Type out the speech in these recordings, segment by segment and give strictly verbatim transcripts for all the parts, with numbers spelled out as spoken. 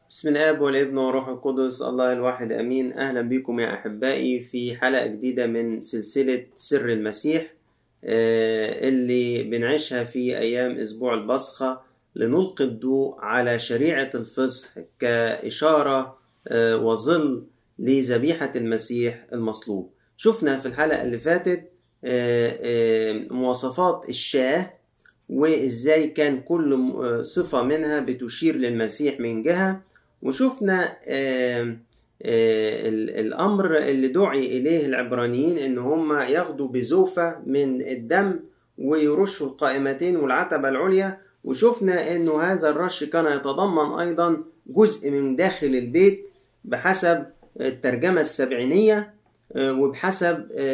بسم الآب والابن والروح القدس الله الواحد أمين. أهلا بكم يا أحبائي في حلقة جديدة من سلسلة سر المسيح اللي بنعيشها في أيام أسبوع البصخة لنلقي الضوء على شريعة الفصح كإشارة وظل لذبيحة المسيح المصلوب. شفنا في الحلقة اللي فاتت مواصفات الشاة وإزاي كان كل صفة منها بتشير للمسيح من جهة، وشفنا آآ آآ الأمر اللي دعي إليه العبرانيين إن هم ياخدوا بزوفة من الدم ويرشوا القائمتين والعتبة العليا، وشفنا إنه هذا الرش كان يتضمن أيضا جزء من داخل البيت بحسب الترجمة السبعينية وبحسب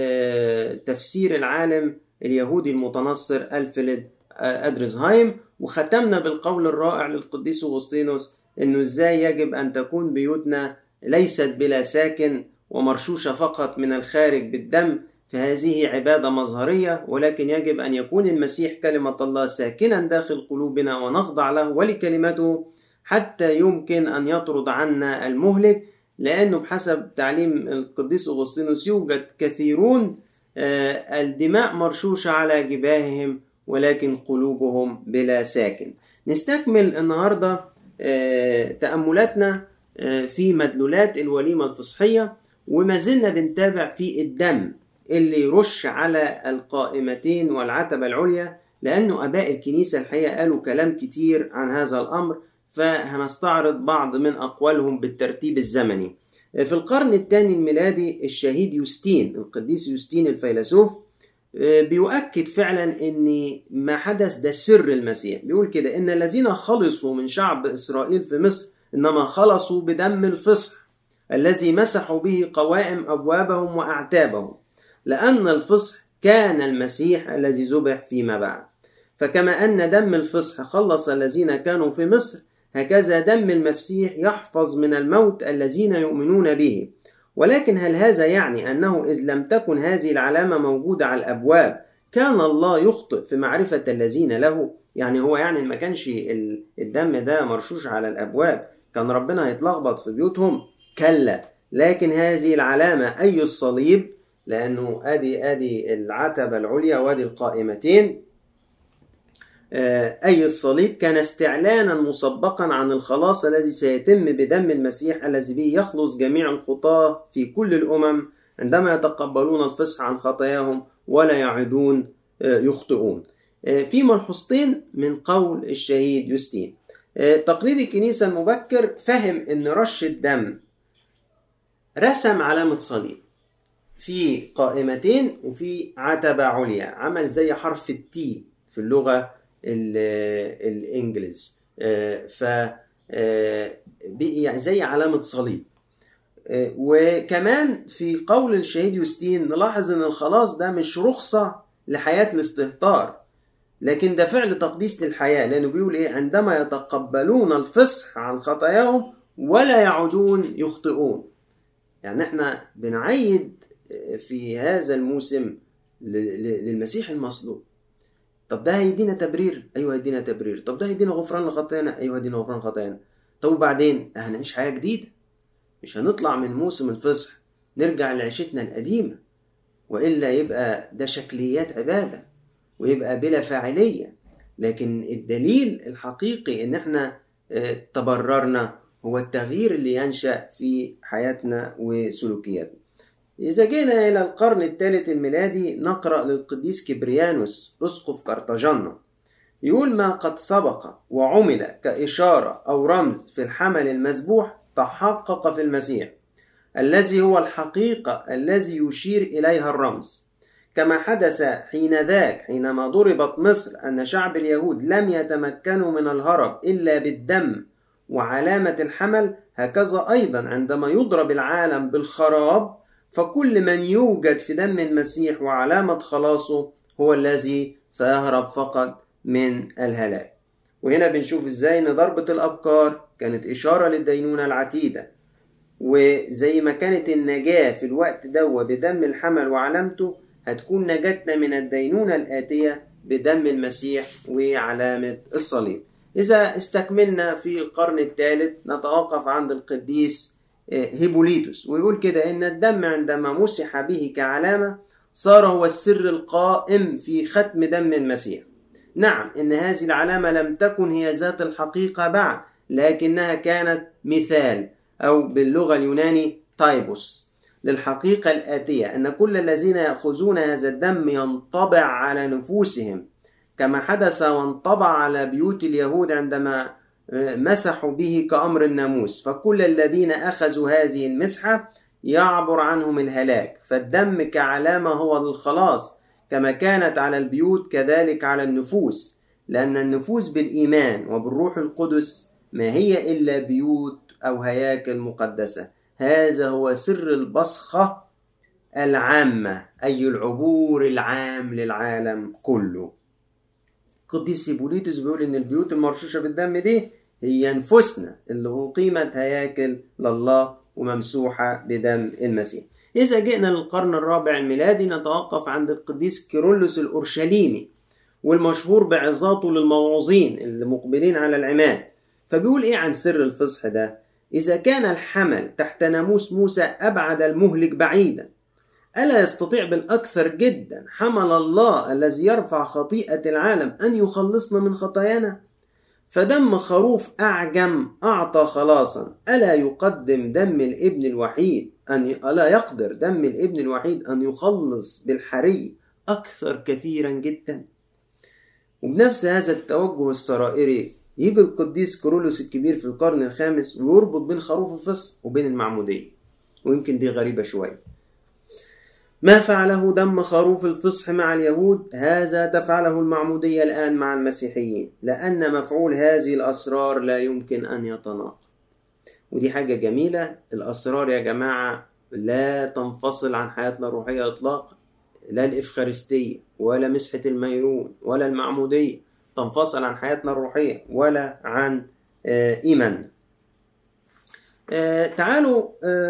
تفسير العالم اليهودي المتنصر ألفريد أدرزهايم. وختمنا بالقول الرائع للقديس أغسطينوس إنه إزاي يجب أن تكون بيوتنا ليست بلا ساكن ومرشوشة فقط من الخارج بالدم، فهذه عبادة مظهرية، ولكن يجب أن يكون المسيح كلمة الله ساكنا داخل قلوبنا ونخضع له ولكلمته حتى يمكن أن يطرد عنا المهلك، لأنه بحسب تعليم القديس أغسطينوس يوجد كثيرون الدماء مرشوشة على جباههم ولكن قلوبهم بلا ساكن. نستكمل النهاردة تأملاتنا في مدلولات الوليمة الفصحية، وما زلنا بنتابع في الدم اللي يرش على القائمتين والعتبة العليا، لأنه أباء الكنيسة الحقيقة قالوا كلام كتير عن هذا الأمر، فهنستعرض بيعرض من أقوالهم بالترتيب الزمني. في القرن الثاني الميلادي الشهيد يوستين، القديس يوستين الفيلسوف، بيؤكد فعلا ان ما حدث ده سر المسيح. بيقول كده: ان الذين خلصوا من شعب اسرائيل في مصر انما خلصوا بدم الفصح الذي مسحوا به قوائم ابوابهم واعتابهم، لان الفصح كان المسيح الذي ذبح فيما بعد. فكما ان دم الفصح خلص الذين كانوا في مصر، هكذا دم المسيح يحفظ من الموت الذين يؤمنون به. ولكن هل هذا يعني أنه إذ لم تكن هذه العلامة موجودة على الأبواب كان الله يخطئ في معرفة الذين له؟ يعني هو يعني ما كانش الدم ده مرشوش على الأبواب كان ربنا هيتلخبط في بيوتهم؟ كلا، لكن هذه العلامة أي الصليب، لأنه أدي أدي العتبة العليا وأدي القائمتين، أي الصليب كان استعلانا مسبقا عن الخلاص الذي سيتم بدم المسيح الذي به يخلص جميع الخطاة في كل الأمم عندما يتقبلون الفصح عن خطاياهم ولا يعودون يخطئون. في ملحوظتين من قول الشهيد يوستين. تقليد الكنيسة المبكر فهم أن رش الدم رسم علامة صليب في قائمتين وفي عتبة عليا، عمل زي حرف التي في اللغة الانجليزي، ف بقي زي علامة صليب. وكمان في قول الشهيد يوستين نلاحظ ان الخلاص ده مش رخصة لحياة الاستهتار، لكن ده فعل تقديس للحياة، لانه بيقول ايه: عندما يتقبلون الفصح عن خطاياهم ولا يعودون يخطئون. يعني احنا بنعيد في هذا الموسم للمسيح المصلوب. طب ده هيدينا تبرير؟ ايوه هيدينا تبرير. طب ده هيدينا غفران لخطايانا؟ ايوه هيدينا غفران خطايانا. طب وبعدين هنعيش حياه جديده، مش هنطلع من موسم الفصح نرجع لعيشتنا القديمه، والا يبقى ده شكليات عباده ويبقى بلا فاعليه. لكن الدليل الحقيقي ان احنا تبررنا هو التغيير اللي ينشأ في حياتنا وسلوكياتنا. إذا جينا إلى القرن الثالث الميلادي نقرأ للقديس كبريانوس أسقف قرطاجنة، يقول: ما قد سبق وعمل كإشارة أو رمز في الحمل المذبوح تحقق في المسيح الذي هو الحقيقة الذي يشير إليها الرمز، كما حدث حين ذاك حينما ضربت مصر أن شعب اليهود لم يتمكنوا من الهرب إلا بالدم وعلامة الحمل، هكذا أيضا عندما يضرب العالم بالخراب فكل من يوجد في دم المسيح وعلامة خلاصه هو الذي سيهرب فقط من الهلاك. وهنا بنشوف ازاي ان ضربة الأبكار كانت إشارة للدينونة العتيدة، وزي ما كانت النجاة في الوقت ده بدم الحمل وعلامته، هتكون نجاتنا من الدينونة الآتية بدم المسيح وعلامة الصليب. إذا استكملنا في القرن الثالث نتوقف عند القديس هيبوليتوس، ويقول كده إن الدم عندما مسح به كعلامة صار هو السر القائم في ختم دم المسيح. نعم، إن هذه العلامة لم تكن هي ذات الحقيقة بعد، لكنها كانت مثال أو باللغة اليوناني تايبوس للحقيقة الآتية، أن كل الذين يأخذون هذا الدم ينطبع على نفوسهم كما حدث وانطبع على بيوت اليهود عندما مسحوا به كأمر الناموس، فكل الذين أخذوا هذه المسحة يعبر عنهم الهلاك. فالدم كعلامة هو للخلاص، كما كانت على البيوت كذلك على النفوس، لأن النفوس بالإيمان وبالروح القدس ما هي إلا بيوت أو هياكل مقدسة. هذا هو سر البصخة العامة، أي العبور العام للعالم كله. قديس هيبوليتوس بيقول إن البيوت المرشوشة بالدم دي هي نفوسنا اللي أقيمت هياكل لله وممسوحة بدم المسيح. إذا جئنا للقرن الرابع الميلادي نتوقف عند القديس كيرلس الأورشليمي، والمشهور بعظاته للموعوظين اللي مقبلين على العماد. فبيقول إيه عن سر الفصح ده؟ إذا كان الحمل تحت ناموس موسى أبعد المهلك بعيدا، ألا يستطيع بالأكثر جدا حمل الله الذي يرفع خطيئة العالم أن يخلصنا من خطايانا؟ فدم خروف أعجم أعطى خلاصا، ألا يقدم دم الابن الوحيد أن ألا يقدر دم الابن الوحيد أن يخلص بالحري أكثر كثيرا جدا؟ وبنفس هذا التوجه السرائري يجي القديس كيرلس الكبير في القرن الخامس ويربط بين خروف الفصح وبين المعمودية، ويمكن دي غريبة شوية. ما فعله دم خروف الفصح مع اليهود هذا تفعله المعمودية الآن مع المسيحيين، لأن مفعول هذه الأسرار لا يمكن أن يتناقض. ودي حاجة جميلة. الأسرار يا جماعة لا تنفصل عن حياتنا الروحية إطلاقا، لا الإفخارستية ولا مسحة الميرون ولا المعمودية تنفصل عن حياتنا الروحية ولا عن إيماننا. تعالوا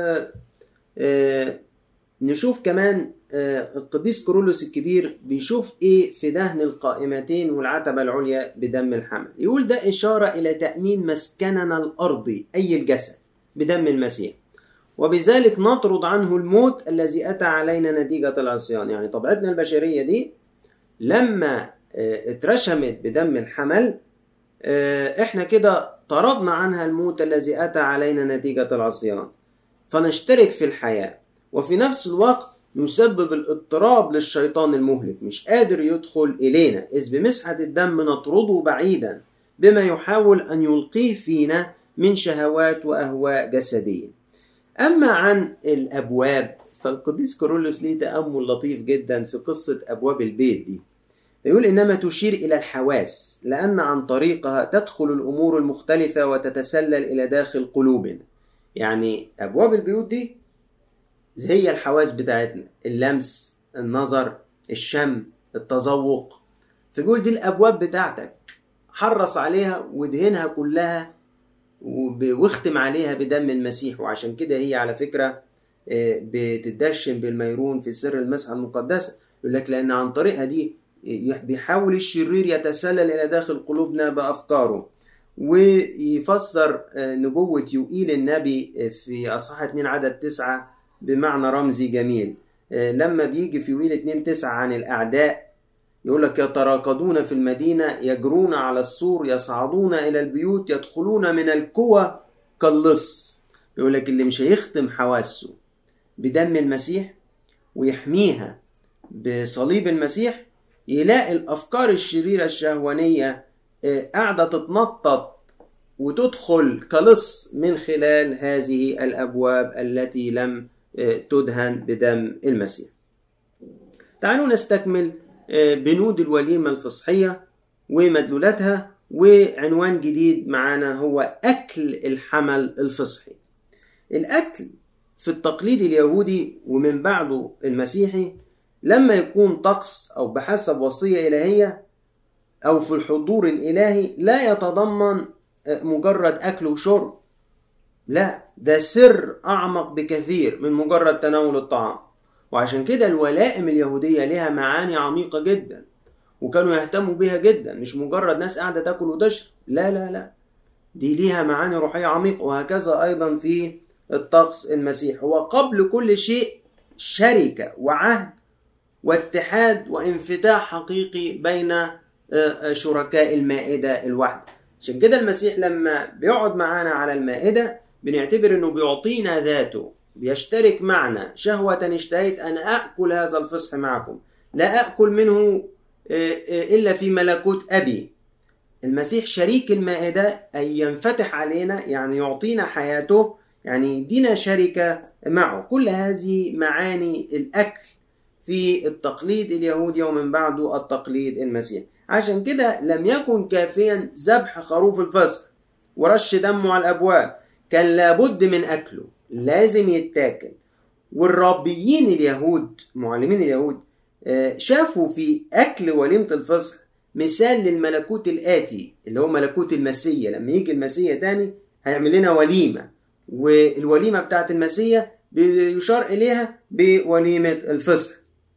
نشوف كمان القديس كيرلس الكبير بيشوف ايه في دهن القائمتين والعتبة العليا بدم الحمل. يقول ده إشارة إلى تأمين مسكننا الأرضي أي الجسد بدم المسيح، وبذلك نطرد عنه الموت الذي أتى علينا نتيجة العصيان. يعني طبيعتنا البشرية دي لما اترشمت بدم الحمل احنا كده طردنا عنها الموت الذي أتى علينا نتيجة العصيان، فنشترك في الحياة، وفي نفس الوقت نسبب الاضطراب للشيطان المهلك، مش قادر يدخل إلينا، إذ بمسحة الدم نطرده بعيدا بما يحاول أن يلقيه فينا من شهوات وأهواء جسدية. أما عن الأبواب فالقديس كيرلس ليه تأمل لطيف جدا في قصة أبواب البيت دي. يقول إنما تشير إلى الحواس، لأن عن طريقها تدخل الأمور المختلفة وتتسلل إلى داخل قلوبنا. يعني أبواب البيوت دي هي الحواس بتاعتنا، اللمس، النظر، الشم، التذوق. فيقول دي الأبواب بتاعتك، حرص عليها وادهنها كلها واختم عليها بدم المسيح. وعشان كده هي على فكرة بتدشن بالميرون في سر المسحة المقدسة. يقول لك لأن عن طريقها دي بيحاول الشرير يتسلل إلى داخل قلوبنا بأفكاره. ويفسر نبوة يوئيل النبي في أصحاح اتنين عدد تسعة بمعنى رمزي جميل. لما بيجي في يوئيل اتنين تسعة عن الأعداء يقول لك يتراقدون في المدينة، يجرون على السور، يصعدون إلى البيوت، يدخلون من الكوى كاللص. يقول لك اللي مش هيختم حواسه بدم المسيح ويحميها بصليب المسيح يلاقي الأفكار الشريرة الشهوانية قاعدة تتنطط وتدخل كلص من خلال هذه الأبواب التي لم تدهن بدم المسيح. تعالوا نستكمل بنود الوليمة الفصحية ومدلولاتها، وعنوان جديد معنا هو أكل الحمل الفصحي. الأكل في التقليد اليهودي ومن بعده المسيحي لما يكون طقس أو بحسب وصية إلهية أو في الحضور الإلهي لا يتضمن مجرد أكل وشرب، لا، ده سر أعمق بكثير من مجرد تناول الطعام. وعشان كده الولائم اليهودية لها معاني عميقة جدا، وكانوا يهتموا بيها جدا، مش مجرد ناس قاعدة تاكل وتشرب، لا لا لا، دي ليها معاني روحية عميقة. وهكذا أيضا في الطقس المسيح، هو قبل كل شيء شركة وعهد واتحاد وانفتاح حقيقي بين شركاء المائدة الواحدة. عشان كده المسيح لما بيقعد معانا على المائدة بنعتبر انه بيعطينا ذاته، بيشترك معنا. شهوة اشتهيت أن أأكل هذا الفصح معكم، لا أأكل منه إلا في ملكوت أبي. المسيح شريك المائدة، أي ينفتح علينا، يعني يعطينا حياته، يعني يدينا شركة معه. كل هذه معاني الأكل في التقليد اليهودي ومن بعده التقليد المسيحي. عشان كده لم يكن كافيا ذبح خروف الفصح ورش دمه على الأبواب، كان لابد من أكله، لازم يتاكل. والربيين اليهود، معلمين اليهود، شافوا في أكل وليمة الفصح مثال للملكوت الآتي اللي هو ملكوت المسيح. لما يجي المسيح تاني هيعمل لنا وليمة، والوليمة بتاعت المسيح بيشار إليها بوليمة الفصح.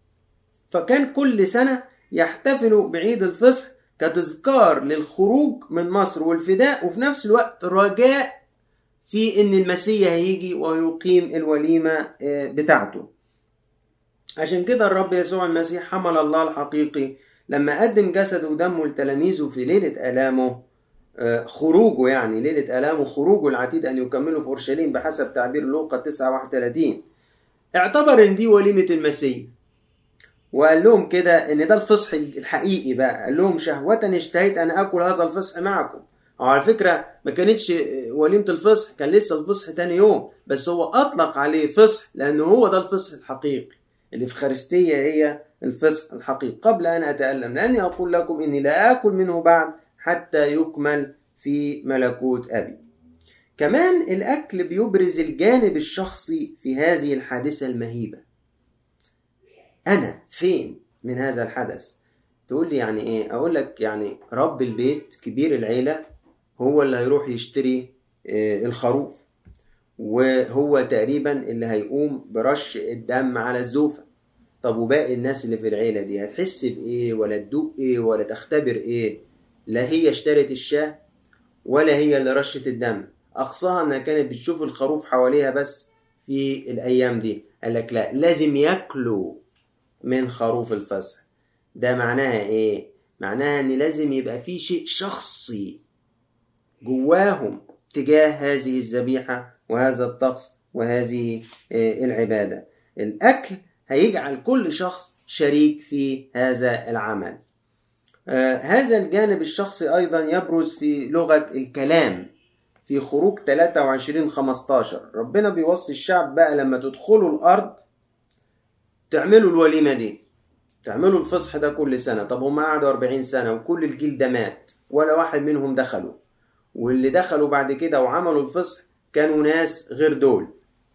فكان كل سنة يحتفلوا بعيد الفصح كتذكار للخروج من مصر والفداء، وفي نفس الوقت رجاء في ان المسيح هيجي ويقيم الوليمة بتاعته. عشان كده الرب يسوع المسيح حمل الله الحقيقي لما قدم جسده ودمه لتلاميذه في ليلة آلامه، خروجه يعني ليلة آلامه، خروجه العتيد أن يكمله في أورشليم بحسب تعبير لوقا تسعة واحد وثلاثين، اعتبر ان دي وليمة المسيح، وقال لهم كده ان ده الفصح الحقيقي بقى. قال لهم شهوة اشتهيت أن أكل هذا الفصح معكم. على فكرة ما كانتش وليمة الفصح، كان لسه الفصح تاني يوم، بس هو أطلق عليه فصح لأنه هو ده الفصح الحقيقي. الإفخارستية هي الفصح الحقيقي. قبل أن أتألم لأني أقول لكم إني لا آكل منه بعد حتى يكمل في ملكوت أبي. كمان الأكل بيبرز الجانب الشخصي في هذه الحادثة المهيبة. أنا فين من هذا الحدث؟ تقول لي يعني إيه؟ أقول لك يعني رب البيت كبير العيلة هو اللي هيروح يشتري الخروف، وهو تقريبا اللي هيقوم برش الدم على الزوفة. طب وباقي الناس اللي في العيلة دي هتحس بإيه ولا تدوق إيه ولا تختبر إيه؟ لا هي اشترت الشاه ولا هي اللي رشت الدم. أقصاها أنها كانت بتشوف الخروف حواليها بس في الأيام دي. قال لك لا، لازم يأكلوا من خروف الفصح. ده معناها إيه؟ معناها أن لازم يبقى في شيء شخصي جواهم تجاه هذه الذبيحة وهذا الطقس وهذه العبادة. الأكل هيجعل كل شخص شريك في هذا العمل. آه هذا الجانب الشخصي أيضا يبرز في لغة الكلام في خروج ثلاثة وعشرين خمستاشر. ربنا بيوصي الشعب بقى لما تدخلوا الأرض تعملوا الوليمة دي، تعملوا الفصح ده كل سنة. طب هم قعدوا أربعين سنة وكل الجيل ده مات ولا واحد منهم دخلوا، واللي دخلوا بعد كده وعملوا الفصح كانوا ناس غير دول.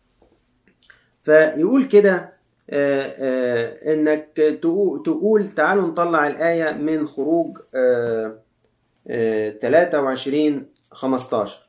فيقول كده آآ آآ انك تقول تعالوا نطلع الآية من خروج آآ آآ ثلاثة وعشرين خمستاشر.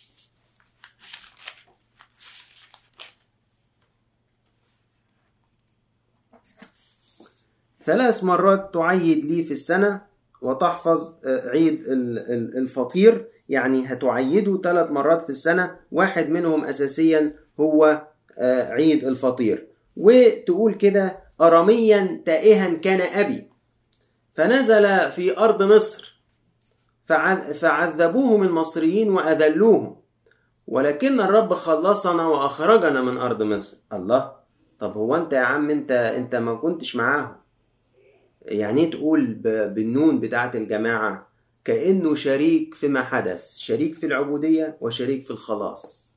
ثلاث مرات تعيد لي في السنة وتحفظ عيد الفطير، يعني هتعيده ثلاث مرات في السنة، واحد منهم أساسيا هو عيد الفطير. وتقول كده أراميا تائها كان أبي فنزل في أرض مصر فعذبوهم المصريين وأذلوهم، ولكن الرب خلصنا وأخرجنا من أرض مصر. الله، طب هو أنت يا عم أنت أنت ما كنتش معاهم؟ يعني تقول بالنون بتاعة الجماعة كأنه شريك فيما حدث، شريك في العبودية وشريك في الخلاص.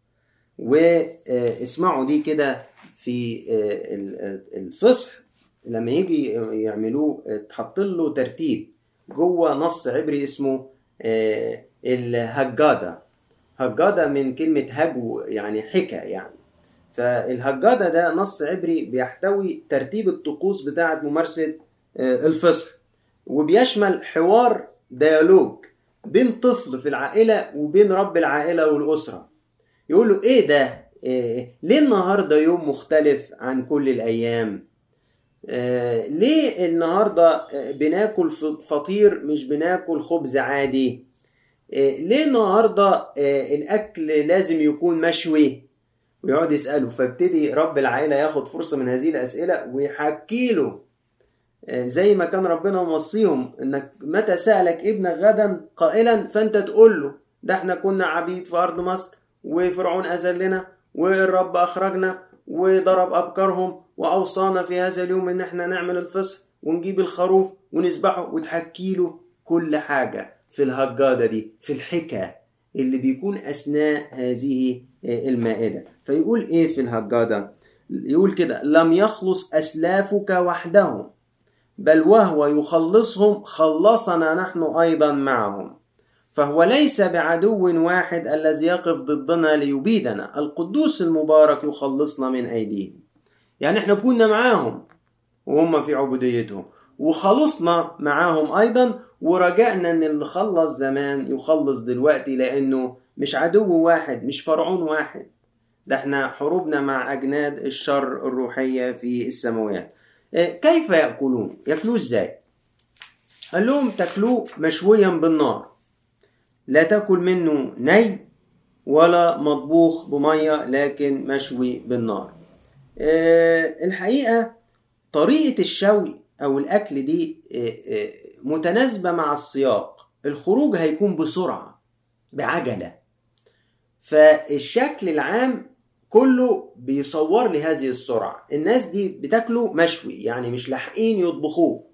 واسمعوا دي كده في الفصح لما يجي يعملوه تحط له ترتيب جوه نص عبري اسمه الهجادة. هجادة من كلمة هجو يعني حكى يعني. فالهجادة ده نص عبري بيحتوي ترتيب الطقوس بتاعة ممارسة الفصح، وبيشمل حوار ديالوج بين طفل في العائلة وبين رب العائلة والأسرة. يقولوا ايه ده؟ إيه ليه النهاردة يوم مختلف عن كل الأيام؟ آه ليه النهاردة بناكل فطير مش بناكل خبز عادي؟ آه ليه النهاردة آه الأكل لازم يكون مشوي؟ ويقعد يسأله، فابتدي رب العائلة ياخد فرصة من هذه الأسئلة ويحكي له آه زي ما كان ربنا موصيهم انك متى سألك ابنك غدا قائلا فانت تقول له ده احنا كنا عبيد في أرض مصر وفرعون أذلنا والرب أخرجنا وضرب أبكارهم وأوصانا في هذا اليوم إن احنا نعمل الفصح ونجيب الخروف ونذبحه، وتحكي له كل حاجة في الهجادة دي، في الحكاية اللي بيكون أثناء هذه المائدة. فيقول إيه في الهجادة؟ يقول كده: لم يخلص أسلافك وحدهم بل وهو يخلصهم خلصنا نحن أيضا معهم، فهو ليس بعدو واحد الذي يقف ضدنا ليبيدنا، القدوس المبارك يخلصنا من أيديهم. يعني احنا كنا معاهم وهم في عبوديتهم وخلصنا معاهم أيضا، ورجعنا أن اللي خلص زمان يخلص دلوقتي، لأنه مش عدو واحد، مش فرعون واحد، ده احنا حروبنا مع أجناد الشر الروحية في السماوات. كيف يأكلون؟ يأكلوه ازاي؟ قال لهم: تاكلوه مشويا بالنار، لا تاكل منه ني ولا مطبوخ بمية، لكن مشوي بالنار. أه الحقيقة طريقة الشوي أو الأكل دي أه أه متناسبة مع السياق. الخروج هيكون بسرعة بعجلة، فالشكل العام كله بيصور لي هذه السرعة. الناس دي بتاكله مشوي، يعني مش لاحقين يطبخوه.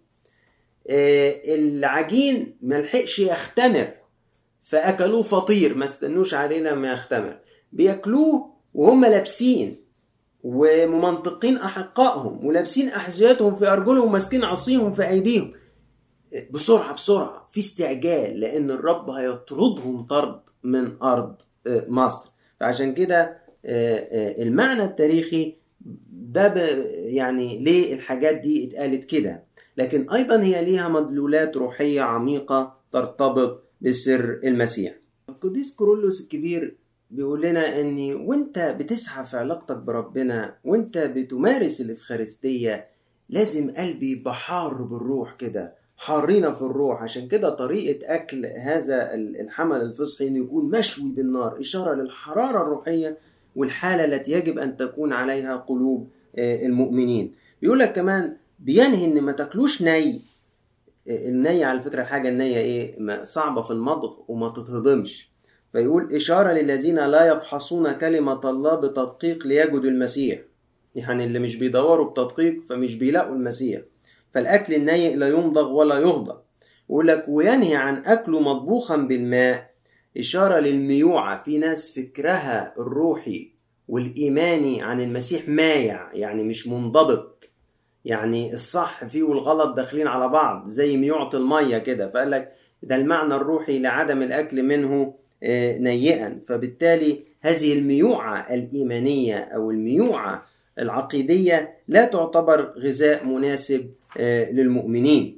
أه العجين ملحقش يختمر فأكلوه فطير، ما استنوش عليه لما يختمر. بيأكلوه وهم لابسين وممنطقين أحقائهم ولابسين أحذيتهم في أرجلهم وماسكين عصيهم في أيديهم، بسرعة بسرعة في استعجال، لأن الرب هيطردهم طرد من أرض مصر. فعشان كده المعنى التاريخي ده يعني ليه الحاجات دي اتقالت كده، لكن أيضا هي ليها مدلولات روحية عميقة ترتبط بسر المسيح. القديس كورولوس الكبير بيقول لنا ان وانت بتسعى في علاقتك بربنا وانت بتمارس الإفخارستية لازم قلبي يبقى حار بالروح كده، حارين في الروح. عشان كده طريقة أكل هذا الحمل الفصحي انه يكون مشوي بالنار، إشارة للحرارة الروحية والحالة التي يجب أن تكون عليها قلوب المؤمنين. بيقول لك كمان بينهي ان ما تاكلوش ني. النية على فكرة الحاجة النية ايه؟ صعبة في المضغ وما تتهضمش. فيقول إشارة للذين لا يفحصون كلمة الله بتدقيق ليجدوا المسيح، يعني اللي مش بيدوروا بتدقيق فمش بيلاقوا المسيح. فالأكل النيء لا يمضغ ولا يهضم. يقول لك وينهي عن أكله مطبوخا بالماء، إشارة للميوعة. في ناس فكرها الروحي والإيماني عن المسيح مايع، يعني مش منضبط، يعني الصح فيه والغلط داخلين على بعض زي ميوعة المية كده. فقال لك ده المعنى الروحي لعدم الأكل منه نيئا. فبالتالي هذه الميوعة الإيمانية أو الميوعة العقيدية لا تعتبر غذاء مناسب للمؤمنين.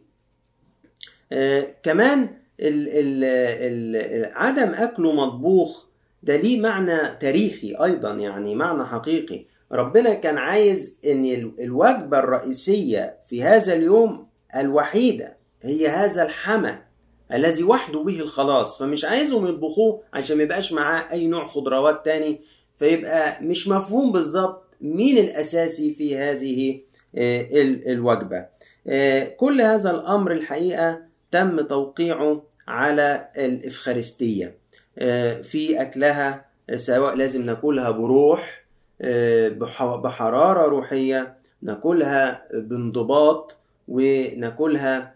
كمان ال ال ال عدم أكله مطبوخ ده ليه معنى تاريخي أيضا، يعني معنى حقيقي. ربنا كان عايز ان الوجبة الرئيسية في هذا اليوم الوحيدة هي هذا الحمى الذي وحده به الخلاص، فمش عايزهم يطبخوه عشان ما يبقاش معاه اي نوع خضروات تاني، فيبقى مش مفهوم بالظبط مين الاساسي في هذه الوجبة. كل هذا الامر الحقيقة تم توقيعه على الإفخارستية في اكلها، سواء لازم ناكلها بروح بحرارة روحية، ناكلها بانضباط، وناكلها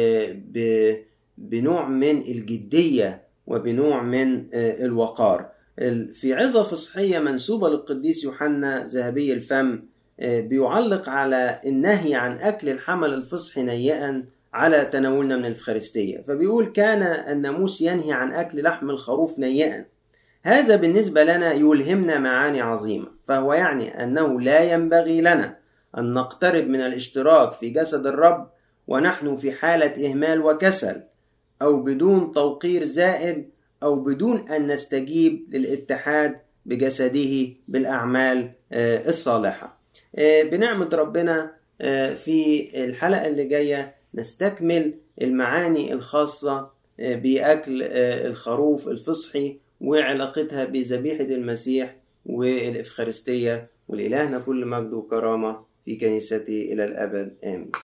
بنوع من الجدية وبنوع من الوقار. في عظة فصحية منسوبة للقديس يوحنا ذهبي الفم بيعلق على النهي عن أكل الحمل الفصحي نيئا على تناولنا من الإفخارستية. فبيقول كان الناموس ينهي عن أكل لحم الخروف نيئا. هذا بالنسبة لنا يلهمنا معاني عظيمة، فهو يعني أنه لا ينبغي لنا أن نقترب من الاشتراك في جسد الرب ونحن في حالة إهمال وكسل، أو بدون توقير زائد، أو بدون أن نستجيب للاتحاد بجسده بالأعمال الصالحة. بنعمة ربنا في الحلقة اللي جاية نستكمل المعاني الخاصة بأكل الخروف الفصحي وعلاقتها بذبيحة المسيح والإفخارستية. ولإلهنا كل مجد وكرامة في كنيسته إلى الأبد آمين.